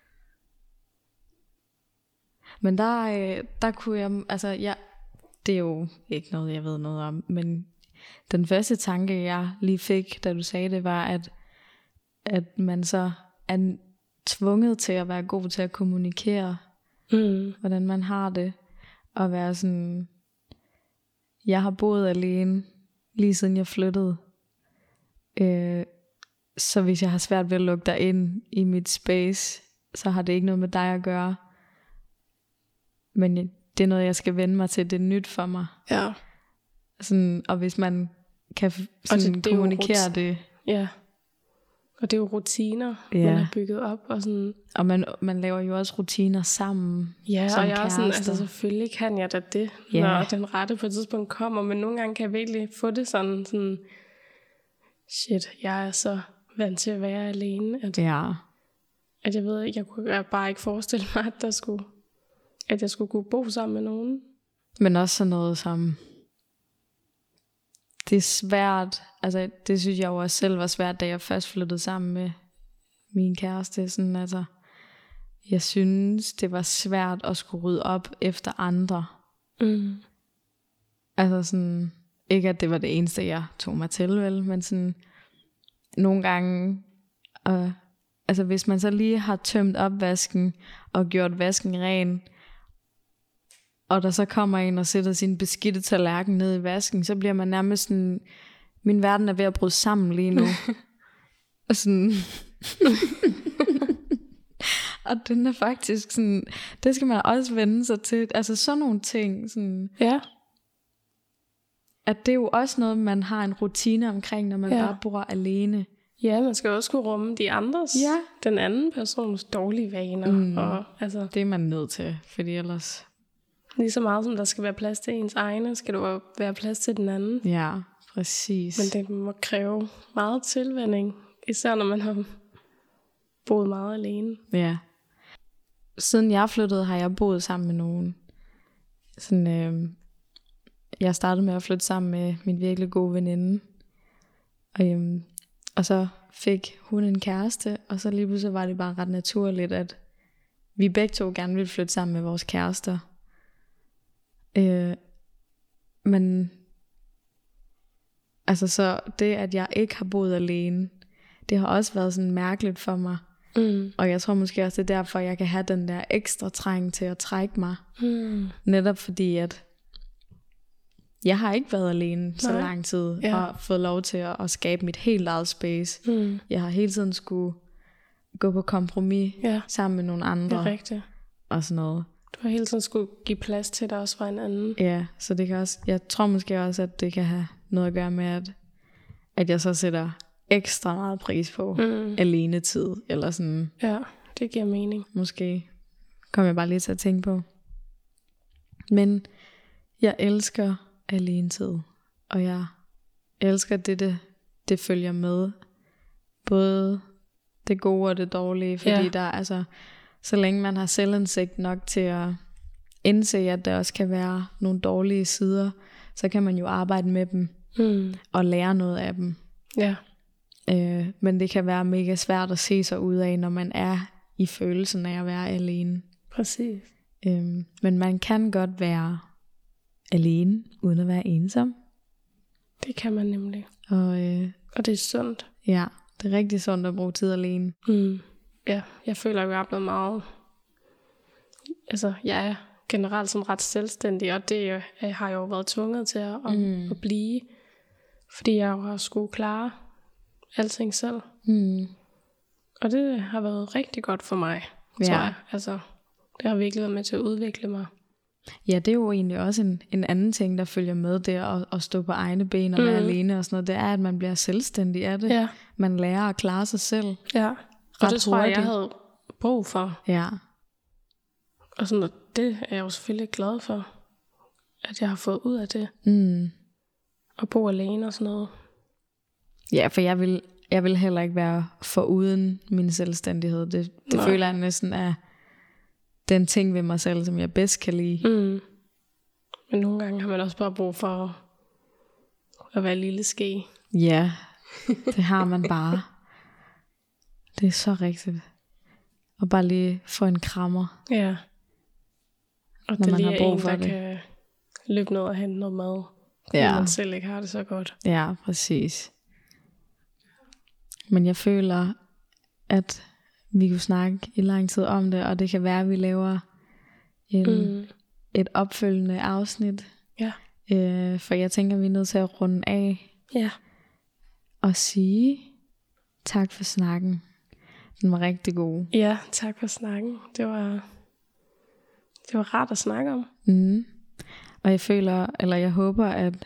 Men der kunne jeg, altså det er jo ikke noget, jeg ved noget om, men den første tanke, jeg lige fik, da du sagde det, var, at man så er tvunget til at være god til at kommunikere, hvordan man har det, og være sådan, jeg har boet alene, lige siden jeg flyttede, så hvis jeg har svært ved at lukke dig ind i mit space, så har det ikke noget med dig at gøre, men det er noget, jeg skal vende mig til, det er nyt for mig. Ja. Sådan, og hvis man kan sådan det kommunikere det. Ja. Og det er jo rutiner, man har bygget op. Og, sådan. Og man laver jo også rutiner sammen. Ja, som og jeg er sådan, kærester. altså selvfølgelig kan jeg da det, når den rette på et tidspunkt kommer. Men nogle gange kan jeg virkelig få det sådan shit, jeg er så vant til at være alene. At jeg ved ikke, jeg kunne bare ikke forestille mig, at jeg skulle kunne bo sammen med nogen. Men også sådan noget som, det er svært, altså det synes jeg jo også selv var svært, da jeg først flyttede sammen med min kæreste. Sådan, altså, jeg synes, det var svært at skulle rydde op efter andre. Altså sådan, ikke at det var det eneste, jeg tog mig til, vel, men sådan nogle gange, altså hvis man så lige har tømt opvasken og gjort vasken ren, og der så kommer en og sætter sin beskidte tallerken ned i vasken, så bliver man nærmest sådan, min verden er ved at bryde sammen lige nu. Og sådan... Og den er faktisk sådan, det skal man også vende sig til. Altså sådan nogle ting. Sådan, Ja. at det er jo også noget, man har en rutine omkring, når man bare bor alene. Ja, man skal også kunne rumme de andres, den anden persons dårlige vaner. Og, altså, det er man nødt til, fordi ellers... Lige så meget som der skal være plads til ens egne, skal der være plads til den anden. Ja, præcis. Men det må kræve meget tilvænning, især når man har boet meget alene. Ja. Siden jeg flyttede, har jeg boet sammen med nogen. Sådan, jeg startede med at flytte sammen med min virkelig gode veninde. Og så fik hun en kæreste, og så lige pludselig var det bare ret naturligt, at vi begge to gerne ville flytte sammen med vores kærester. Men altså så det, at jeg ikke har boet alene, det har også været sådan mærkeligt for mig. Og jeg tror måske også, det er derfor, jeg kan have den der ekstra træng til at trække mig. Netop fordi, at jeg har ikke været alene så lang tid, og fået lov til at skabe mit helt eget space. Jeg har hele tiden skulle gå på kompromis sammen med nogle andre. Det er rigtigt. Og sådan noget. Du har hele tiden skulle give plads til, at der også var en anden. Ja, så det kan også, jeg tror måske også, at det kan have noget at gøre med, at jeg så sætter ekstra meget pris på alene tid, eller sådan. Ja, det giver mening. Måske kom jeg bare lige til at tænke på. Men jeg elsker alene tid, og jeg elsker det følger med. Både det gode og det dårlige, fordi der altså, så længe man har selvindsigt nok til at indse, at der også kan være nogle dårlige sider, så kan man jo arbejde med dem og lære noget af dem. Ja. Men det kan være mega svært at se sig ud af, når man er i følelsen af at være alene. Præcis. Men man kan godt være alene, uden at være ensom. Det kan man nemlig. Og det er sundt. Ja, det er rigtig sundt at bruge tid alene. Ja, jeg føler jo, jeg er blevet meget... Altså, jeg er generelt sådan ret selvstændig, og det har jeg jo været tvunget til at blive. Fordi jeg jo har skulle klare alting selv. Og det har været rigtig godt for mig, tror jeg. Altså, det har virkelig været med til at udvikle mig. Ja, det er jo egentlig også en anden ting, der følger med det at stå på egne ben og være alene og sådan noget. Det er, at man bliver selvstændig af det. Ja. Man lærer at klare sig selv. Ja, og det tror jeg havde brug for. Ja. Og sådan, det er jeg jo selvfølgelig glad for, at jeg har fået ud af det. At bo alene og sådan noget. Ja, for jeg vil heller ikke være foruden min selvstændighed. Det føler jeg næsten er den ting ved mig selv, som jeg bedst kan lide. Men nogle gange har man også bare brug for at være lille ske. Ja, det har man bare. Det er så rigtigt. Og bare lige få en krammer. Ja. Og det lige er en, der kan løbe ned og hente noget mad. Når man selv ikke har det så godt. Ja, præcis. Men jeg føler, at vi kunne snakke i lang tid om det, og det kan være, at vi laver et opfølgende afsnit. Ja. For jeg tænker, vi er nødt til at runde af. Ja. Og sige tak for snakken. Den var rigtig god. Ja, tak for snakken. Det var rart at snakke om. Og jeg håber, at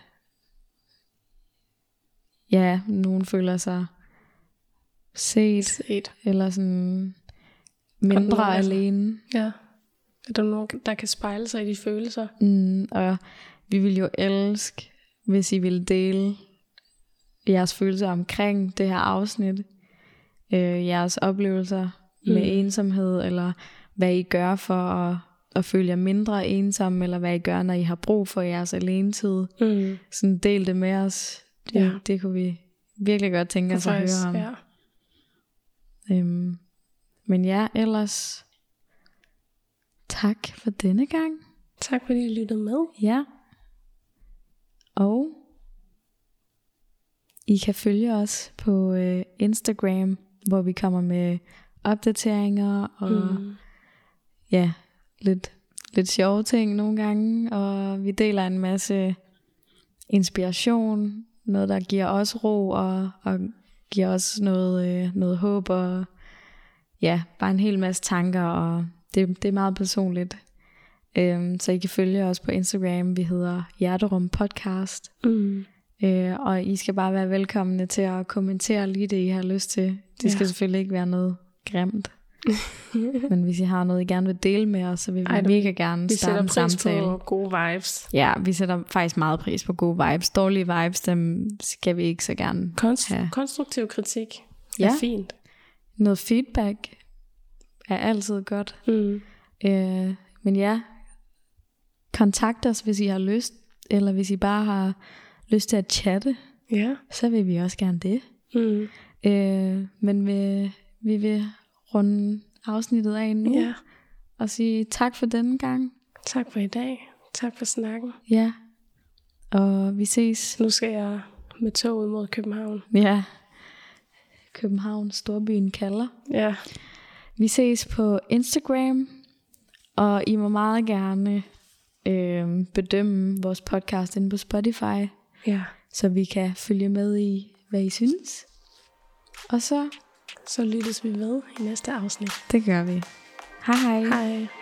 nogen føler sig set. Eller sådan mindre alene. Ja. Er der nogen, der kan spejle sig i de følelser? Og vi vil jo elske, hvis I vil dele jeres følelser omkring det her afsnit. Jeres oplevelser med ensomhed, eller hvad I gør for at føle jer mindre ensomme, eller hvad I gør, når I har brug for jeres alenetid. Sådan del det med os. Det kunne vi virkelig godt tænke os at høre om. Ja. Men ja, ellers tak for denne gang. Tak fordi I lyttede med. Ja. Og I kan følge os på Instagram, hvor vi kommer med opdateringer og ja, lidt sjove ting nogle gange. Og vi deler en masse inspiration, noget der giver os ro og giver os noget håb og ja, bare en hel masse tanker, og det er meget personligt. Så I kan følge os på Instagram. Vi hedder Hjerterum Podcast. Og I skal bare være velkomne til at kommentere lige det I har lyst til. Det skal selvfølgelig ikke være noget grimt. Men hvis I har noget I gerne vil dele med os, så vil vi mega gerne starte en samtale. Vi sætter pris på gode vibes. Ja, vi sætter faktisk meget pris på gode vibes. Dårlige vibes, dem skal vi ikke så gerne have. Konstruktiv kritik er fint. Noget feedback er altid godt. Men ja, kontakt os, hvis I har lyst, eller hvis I bare har lyst til at chatte, så vil vi også gerne det. Men vi vil runde afsnittet af nu, og sige tak for denne gang. Tak for i dag. Tak for snakken. Ja, og vi ses. Nu skal jeg med toget mod København. Ja, København, storbyen kalder. Ja. Vi ses på Instagram, og I må meget gerne bedømme vores podcast inde på Spotify, så vi kan følge med i, hvad I synes. Og så lyttes vi ved i næste afsnit. Det gør vi. Hej hej. Hej.